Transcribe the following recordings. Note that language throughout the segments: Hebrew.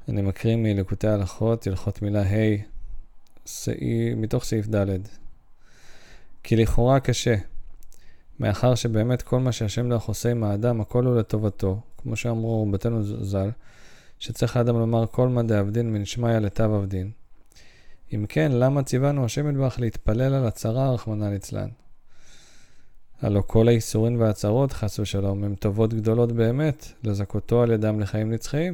אני מקריא מליקוטי ההלכות, הלכות מילה ה' מתוך סעיף ד'. כי לכאורה קשה, מאחר שבאמת כל מה שהשם לך עושה עם האדם, הכל הוא לטובתו, כמו שאמרו רבותינו ז"ל, שצריך האדם לומר כל מה דאבדין מנשמיא לטב אבדין. אם כן, למה ציוונו השם יתברך להתפלל על הצרה רחמנא ליצלן? הלא כל האיסורים והצרות חס ושלום הם טובות גדולות באמת, לזכותו על ידם לחיים נצחיים.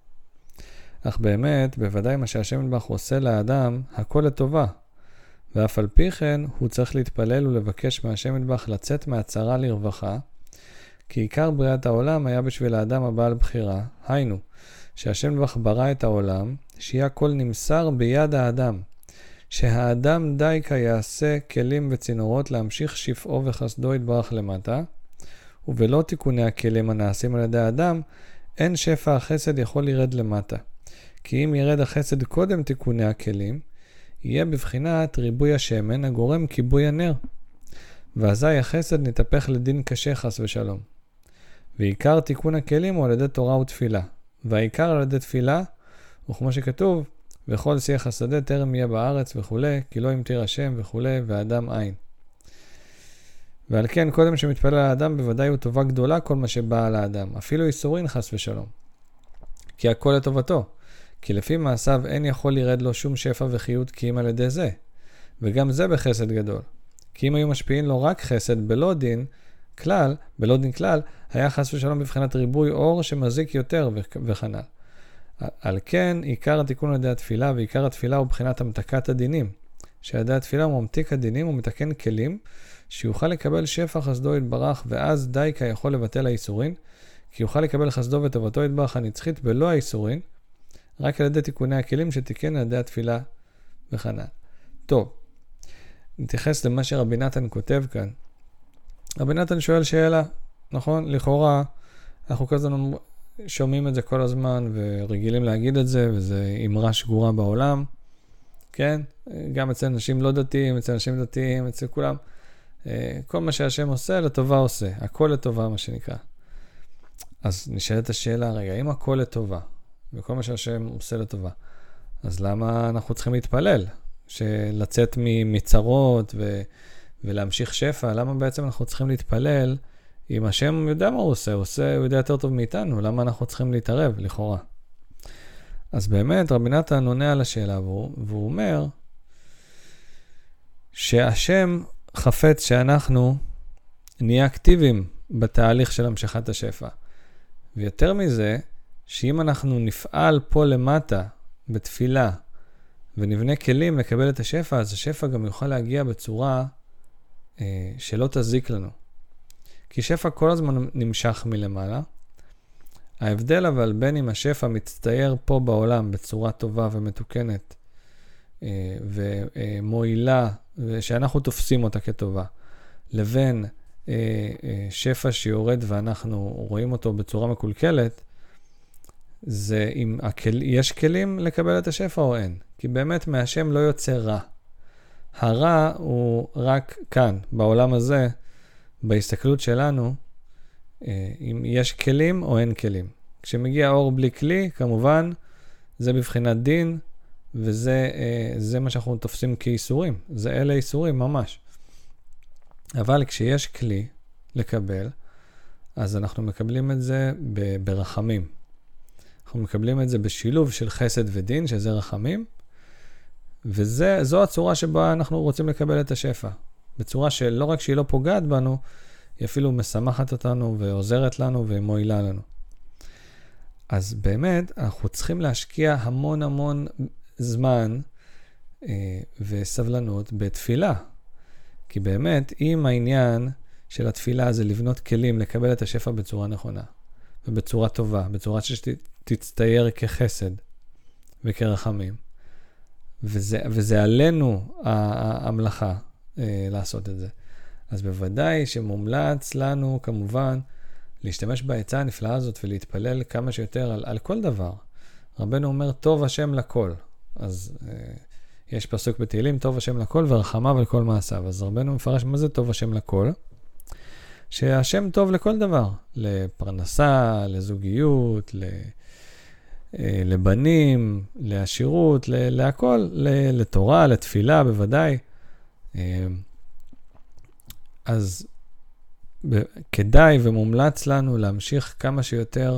אך באמת, בוודאי מה שהשם יתברך עושה לאדם, הכל לטובה. ואף על פי כן, הוא צריך להתפלל ולבקש מהשם יתברך לצאת מהצרה לרווחה, כי עיקר בריאת העולם היה בשביל האדם הבעל בחירה, היינו, שהשם יתברך ברא את העולם, שיהיה הכל נמסר ביד האדם, שהאדם דייקה יעשה כלים וצינורות להמשיך שפעו וחסדו יתברך למטה, ובלא תיקוני הכלים הנעשים על ידי האדם, אין שפע החסד יכול לרד למטה. כי אם ירד החסד קודם תיקוני הכלים, יהיה בבחינת ריבוי השמן הגורם כיבוי הנר. ואזי החסד נתהפך לדין קשה חס ושלום. ועיקר תיקון הכלים הוא על ידי תורה ותפילה. והעיקר על ידי תפילה, וכמו שכתוב, וכל שיח השדה טרם יהיה בארץ וכו', כי לא ימתיר השם וכו', ואדם אין. ועל כן קודם שמתפלל על האדם בוודאי הוא טובה גדולה כל מה שבא על האדם, אפילו איסורין חס ושלום. כי הכל לטובתו. כי לפי מעשיו אין יכול לרד לו שום שפע וחיות כי אם על ידי זה. וגם זה בחסד גדול. כי אם היו משפיעים לו רק חסד בלא דין כלל, היה חס ושלום בבחינת ריבוי אור שמזיק יותר וכנ"ל. על כן עיקר התיקון על ידי התפילה, ועיקר התפילה הוא בחינת המתקת הדינים. שעל ידי התפילה הוא ממתיק הדינים ומתקן כלים, שיוכל לקבל שפע חסדו יתברך, ואז דייקה יכול לבטל האיסורין, כי יוכל לקבל חסדו וטובתו יתברך הנצחית בלא האיסורין, רק על ידי תיקוני הכלים שתיקן על ידי התפילה וכנ"ל. טוב, נתייחס למה שרבי נתן כותב כאן. רבי נתן שואל שאלה, נכון? לכאורה, אנחנו כזה שומעים את זה כל הזמן ורגילים להגיד את זה, וזה אמרה שגורה בעולם, כן? גם אצל אנשים לא דתיים, אצל אנשים דתיים, אצל כולם. כל מה שהשם עושה, לטובה עושה. הכל לטובה, מה שנקרא. אז נשאלת השאלה, רגע, אם הכל לטובה, וכל מה שהשם עושה לטובה, אז למה אנחנו צריכים להתפלל? שלצאת מצרות ולהמשיך שפע, למה בעצם אנחנו צריכים להתפלל? אם השם יודע מה הוא עושה, הוא יודע יותר טוב מאיתנו, למה אנחנו צריכים להתערב, לכאורה? אז באמת, רבי נתן עונה על השאלה, והוא אומר, שהשם חפץ שאנחנו נהיה אקטיביים בתהליך של המשכת השפע. ויותר מזה, שאם אנחנו נפעל פה למטה בתפילה, ונבנה כלים לקבל את השפע, אז השפע גם יוכל להגיע בצורה שלא תזיק לנו. כי שפע כל הזמן נמשך מלמעלה. ההבדל אבל בין אם השפע מצטייר פה בעולם בצורה טובה ומתוקנת, ומועילה, ושאנחנו תופסים אותה כטובה, לבין שפע שיורד ואנחנו רואים אותו בצורה מקולקלת, זה אם יש כלים לקבל את השפע או אין. כי באמת מהשם לא יוצא רע. הרע הוא רק כאן, בעולם הזה, בהסתכלות שלנו, אם יש כלים או אין כלים. כשמגיע אור בלי כלי, כמובן, זה בבחינת דין, וזה מה שאנחנו תופסים כאיסורים. זה אלה איסורים ממש. אבל כשיש כלי לקבל, אז אנחנו מקבלים את זה ברחמים. אנחנו מקבלים את זה בשילוב של חסד ודין, שזה רחמים, וזו הצורה שבה אנחנו רוצים לקבל את השפע. בצורה שלא רק שהיא לא פוגעת בנו, היא אפילו משמחת אותנו ועוזרת לנו ומועילה לנו. אז באמת, אנחנו צריכים להשקיע המון זמן וסבלנות בתפילה. כי באמת, אם העניין של התפילה זה לבנות כלים, לקבל את השפע בצורה נכונה, ובצורה טובה, בצורה שתצטייר כחסד וכרחמים, וזה עלינו המלאכה לעשות את זה. אז בוודאי שמומלץ לנו כמובן להשתמש בעצה הנפלאה הזאת ולהתפלל כמה שיותר על כל דבר. רבנו אומר טוב השם לכל. אז יש פסוק בתהילים טוב השם לכל ורחמיו על כל מעשיו. אז רבנו מפרש מה זה טוב השם לכל? שהשם טוב לכל דבר. לפרנסה, לזוגיות, לבנים, לעשירות, להכל, לתורה, לתפילה בוודאי. אז כדאי ומומלץ לנו להמשיך כמה שיותר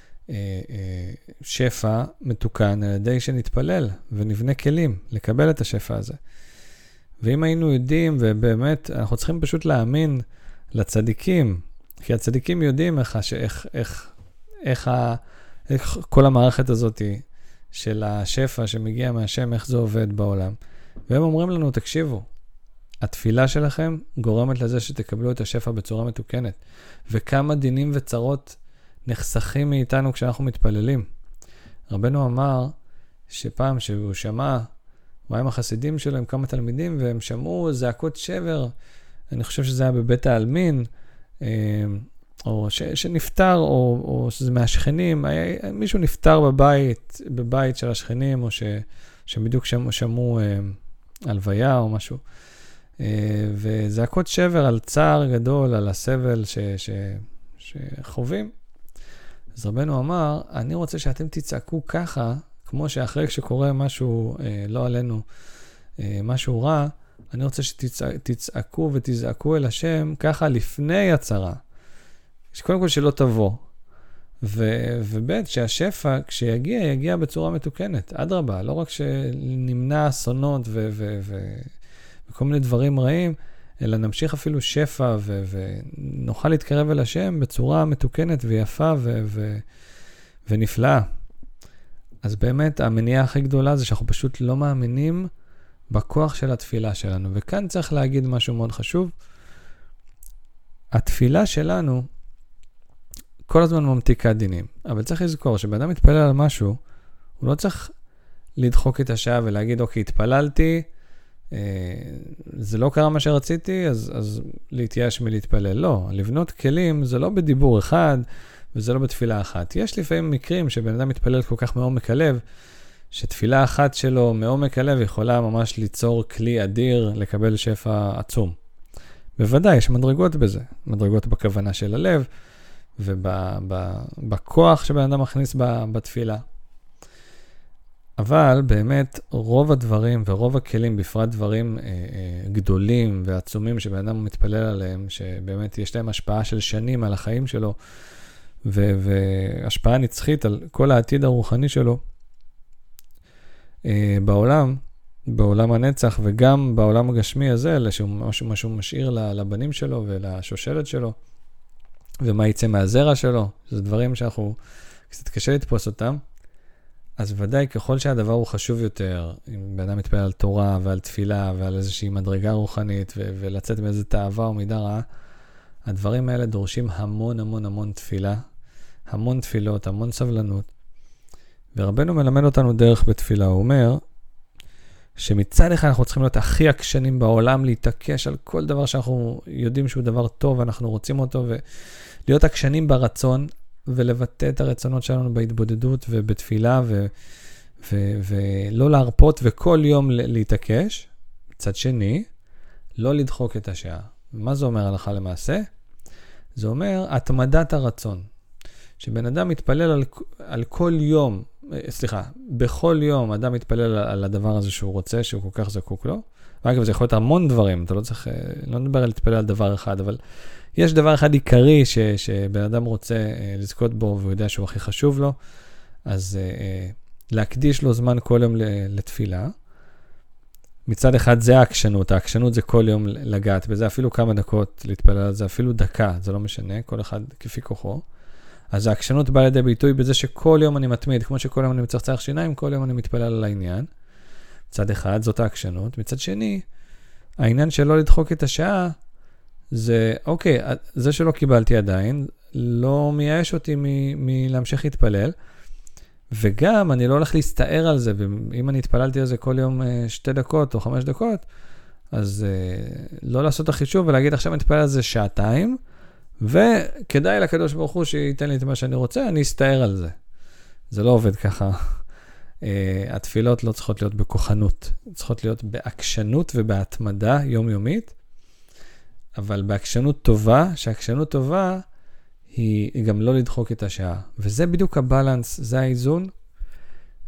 שפע מתוקן על ידי שנתפלל ונבנה כלים לקבל את השפע הזה. ואם היינו יודעים, ובאמת אנחנו צריכים פשוט להאמין לצדיקים, כי הצדיקים יודעים איך כל המערכת הזאת של השפע שמגיע מהשם, איך זה עובד בעולם. והם אומרים לנו, תקשיבו, התפילה שלכם גורמת לזה שתקבלו את השפע בצורה מתוקנת. וכמה דינים וצרות נחסכים מאיתנו כשאנחנו מתפללים. רבנו אמר שפעם שהוא שמע, הוא היה עם החסידים שלו עם כמה תלמידים, והם שמעו זעקות שבר, אני חושב שזה היה בבית העלמין, או שנפטר, או שזה מהשכנים, מישהו נפטר בבית של השכנים, או שבדיוק שמעו הלוויה או משהו. וזעקות שבר על צער גדול, על הסבל שחווים. אז רבנו אמר, אני רוצה שאתם תצעקו ככה, כמו שאחרי שקורה משהו לא עלינו, משהו רע, אני רוצה שתצעקו ותזעקו אל השם ככה לפני הצרה. שקודם כל שלא תבוא. ובית שהשפע כשיגיע, יגיע בצורה מתוקנת. אדרבה, לא רק שנמנע אסונות וכל מיני דברים רעים, אלא נמשיך אפילו שפע ונוכל להתקרב אל השם בצורה מתוקנת ויפה ונפלאה. אז באמת המניעה הכי גדולה זה שאנחנו פשוט לא מאמינים בכוח של התפילה שלנו. וכאן צריך להגיד משהו מאוד חשוב. התפילה שלנו כל הזמן ממתיקה דינים. אבל צריך לזכור שבאדם מתפלל על משהו, הוא לא צריך לדחוק את השעה ולהגיד, אוקיי, התפללתי, זה לא קרה מה שרציתי, אז להתייאש מלהתפלל. לא, לבנות כלים זה לא בדיבור אחד, וזה לא בתפילה אחת. יש לפעמים מקרים שבן אדם מתפלל כל כך מעומק הלב, שתפילה אחת שלו מעומק הלב יכולה ממש ליצור כלי אדיר לקבל שפע עצום. בוודאי, יש מדרגות בזה. מדרגות בכוונה של הלב, ובכוח שבן אדם מכניס בתפילה. אבל באמת רוב הדברים ורוב הכלים, בפרט דברים גדולים ועצומים שבן אדם מתפלל עליהם, שבאמת יש להם השפעה של שנים על החיים שלו, והשפעה נצחית על כל העתיד הרוחני שלו, בעולם הנצח וגם בעולם הגשמי הזה, מה שהוא משאיר לבנים שלו ולשושלת שלו, ומה יצא מהזרע שלו, זה דברים שאנחנו קצת קשה לתפוס אותם. אז ודאי ככל שהדבר הוא חשוב יותר, אם בן אדם מתפלל על תורה ועל תפילה ועל איזושהי מדרגה רוחנית ולצאת מאיזו תאווה או מידה רעה, הדברים האלה דורשים המון המון המון תפילה, המון תפילות, המון סבלנות. ורבנו מלמד אותנו דרך בתפילה. הוא אומר שמצד אחד אנחנו צריכים להיות הכי עקשנים בעולם, להתעקש על כל דבר שאנחנו יודעים שהוא דבר טוב, אנחנו רוצים אותו, ולהיות עקשנים ברצון, ולבטא את הרצונות שלנו בהתבודדות ובתפילה, ולא להרפות וכל יום להתעקש. מצד שני, לא לדחוק את השעה. מה זה אומר הלכה למעשה? זה אומר התמדת הרצון. שבן אדם מתפלל על כל יום, בכל יום אדם מתפלל על הדבר הזה שהוא רוצה, שהוא כל כך זקוק לו. ואגב, זה יכול להיות המון דברים, אתה לא צריך, לא נדבר על להתפלל על דבר אחד, אבל יש דבר אחד עיקרי שבן אדם רוצה לזכות בו, והוא יודע שהוא הכי חשוב לו, אז להקדיש לו זמן כל יום לתפילה. מצד אחד זה העקשנות, העקשנות זה כל יום לגעת בזה, אפילו כמה דקות להתפלל על זה, אפילו דקה, זה לא משנה, כל אחד כפי כוחו. אז העקשנות באה לידי ביטוי בזה שכל יום אני מתמיד, כמו שכל יום אני מצחצח שיניים, כל יום אני מתפלל על העניין. מצד אחד, זאת העקשנות. מצד שני, העניין שלא לדחוק את השעה, זה, אוקיי, זה שלא קיבלתי עדיין, לא מייאש אותי מלהמשיך להתפלל, וגם אני לא הולך להסתער על זה, ואם אני התפללתי על זה כל יום 2 דקות או 5 דקות, אז לא לעשות את החישוב ולהגיד, עכשיו אני אתפלל על זה 2 שעות, וכדאי לקדוש ברוך הוא שייתן לי את מה שאני רוצה, אני אסתער על זה. זה לא עובד ככה. התפילות לא צריכות להיות בכוחנות, צריכות להיות בעקשנות ובהתמדה יומיומית, אבל בעקשנות טובה, שהעקשנות טובה היא גם לא לדחוק את השעה. וזה בדיוק הבלנס, זה האיזון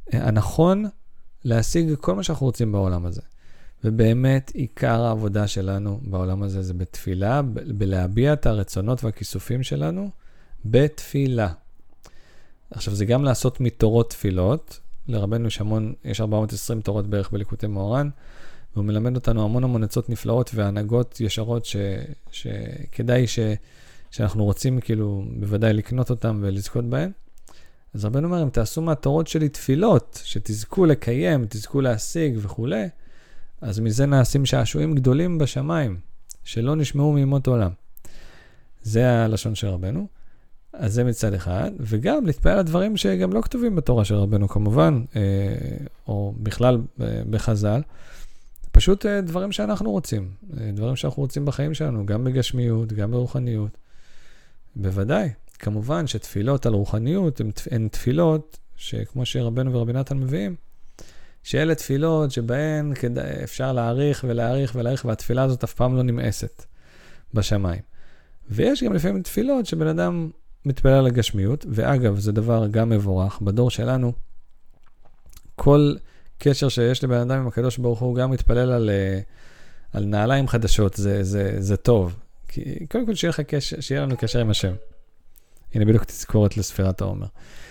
הנכון להשיג כל מה שאנחנו רוצים בעולם הזה. ובאמת עיקר העבודה שלנו בעולם הזה זה בתפילה, בלהביע את הרצונות והכיסופים שלנו בתפילה. עכשיו זה גם לעשות מתורות תפילות, לרבנו יש 420 תורות בערך בליקוטי מוהר"ן, והוא מלמד אותנו המון עצות נפלאות והנהגות ישרות שכדאי שאנחנו רוצים כאילו בוודאי לקנות אותם ולזכות בהן. אז רבנו אומר, אם תעשו מהתורות שלי תפילות, שתזכו לקיים, תזכו להשיג וכו', אז מזה נעשים שעשועים גדולים בשמיים, שלא נשמעו מימות עולם. זה הלשון של רבנו. אז זה מצד אחד, וגם להתפעל על הדברים שגם לא כתובים בתורה של רבנו כמובן, או בכלל בחז"ל, פשוט דברים שאנחנו רוצים, דברים שאנחנו רוצים בחיים שלנו, גם בגשמיות, גם ברוחניות. בוודאי, כמובן שתפילות על רוחניות הן תפילות שכמו שרבנו ורבי נתן מביאים, שאלה תפילות שבהן אפשר להאריך ולהאריך ולהאריך, והתפילה הזאת אף פעם לא נמאסת בשמיים. ויש גם לפעמים תפילות שבן אדם מתפלל על הגשמיות, ואגב, זה דבר גם מבורך. בדור שלנו, כל קשר שיש לבן אדם עם הקדוש ברוך הוא גם מתפלל על נעליים חדשות, זה טוב. כי קודם כל שיהיה לנו קשר עם השם. הנה בדיוק תזכורת לספירת העומר.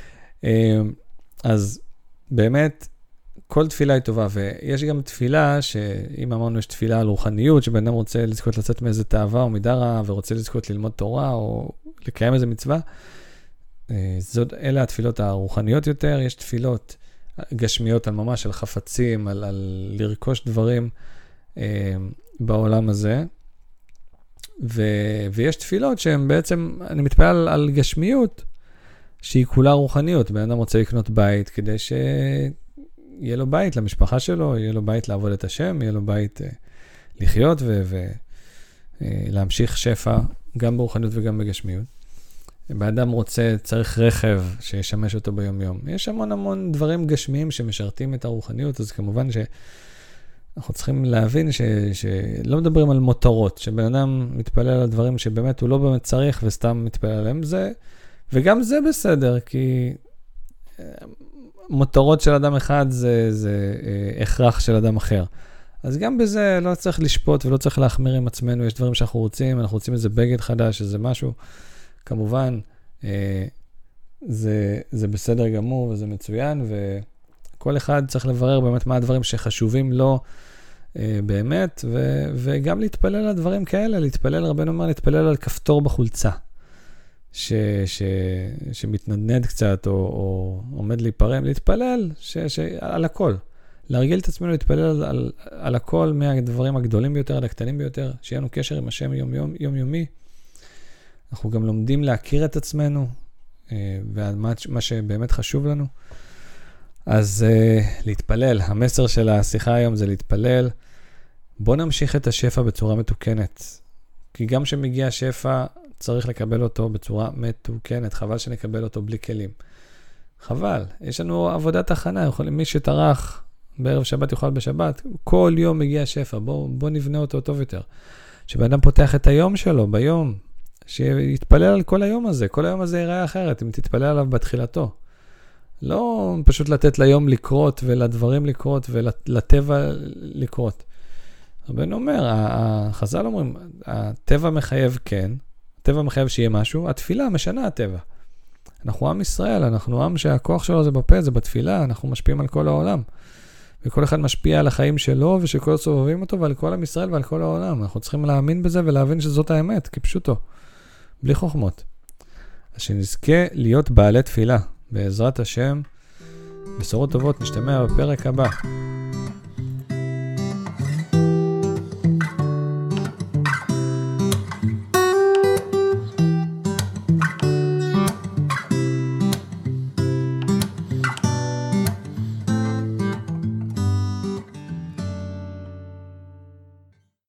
אז באמת, כל תפילה היא טובה, ויש גם תפילה שאם אמרנו יש תפילה על רוחניות, שבן אדם רוצה לזכות לצאת מאיזה תאווה או מדרה, ורוצה לזכות ללמוד תורה או לקיים איזה מצווה, אלה התפילות הרוחניות יותר. יש תפילות גשמיות על ממש, על חפצים, על לרכוש דברים בעולם הזה, ויש תפילות שהן בעצם, אני מתפלל על גשמיות, שהיא כולה רוחניות. בן אדם רוצה לקנות בית כדי יהיה לו בית למשפחה שלו, יהיה לו בית לעבוד את השם, יהיה לו בית לחיות ולהמשיך שפע, גם ברוחניות וגם בגשמיות. באדם צריך רכב שישמש אותו ביום יום. יש המון דברים גשמיים שמשרתים את הרוחניות, אז כמובן שאנחנו צריכים להבין שלא מדברים על מותרות, שבן אדם מתפלל על דברים שבאמת הוא לא באמת צריך וסתם מתפלל עליהם, וגם זה בסדר, כי מותרות של אדם אחד זה הכרח של אדם אחר. אז גם בזה לא צריך לשפוט ולא צריך להחמיר עם עצמנו. יש דברים שאנחנו רוצים איזה בגד חדש, איזה משהו. כמובן, זה בסדר גמור וזה מצוין, וכל אחד צריך לברר באמת מה הדברים שחשובים לו באמת, וגם להתפלל על הדברים כאלה. להתפלל, רבנו אומר, להתפלל על כפתור בחולצה. שמתנדנד קצת או עומד להיפרם, להתפלל על הכל. להרגיל את עצמנו להתפלל על הכל, מהדברים הגדולים ביותר עד הקטנים ביותר, שיהיה לנו קשר עם השם יומיומי. אנחנו גם לומדים להכיר את עצמנו, ומה שבאמת חשוב לנו. אז להתפלל, המסר של השיחה היום זה להתפלל. בוא נמשיך את השפע בצורה מתוקנת. כי גם שמגיע שפע, צריך לקבל אותו בצורה מתוקנת. חבל שנקבל אותו בלי כלים. חבל. יש לנו עבודת הכנה. מי שטרח בערב שבת יוכל בשבת. כל יום מגיע שפע. בוא נבנה אותו טוב יותר. שבאדם פותח את היום שלו ביום. שיתפלל על כל היום הזה. כל היום הזה ייראה אחרת אם תתפלל עליו בתחילתו. לא פשוט לתת ליום לקרות ולדברים לקרות ולטבע לקרות. רבנו אומר, החז"ל אומרים, הטבע מחייב כן, הטבע מחייב שיהיה משהו, התפילה משנה הטבע. אנחנו עם ישראל, אנחנו עם שהכוח שלו זה בפה, זה בתפילה, אנחנו משפיעים על כל העולם. וכל אחד משפיע על החיים שלו ושכל סובבים אותו ועל כל עם ישראל ועל כל העולם. אנחנו צריכים להאמין בזה ולהבין שזאת האמת, כפשוטו, בלי חוכמות. אז שנזכה להיות בעלי תפילה, בעזרת השם, בשורות טובות, נשתמע בפרק הבא.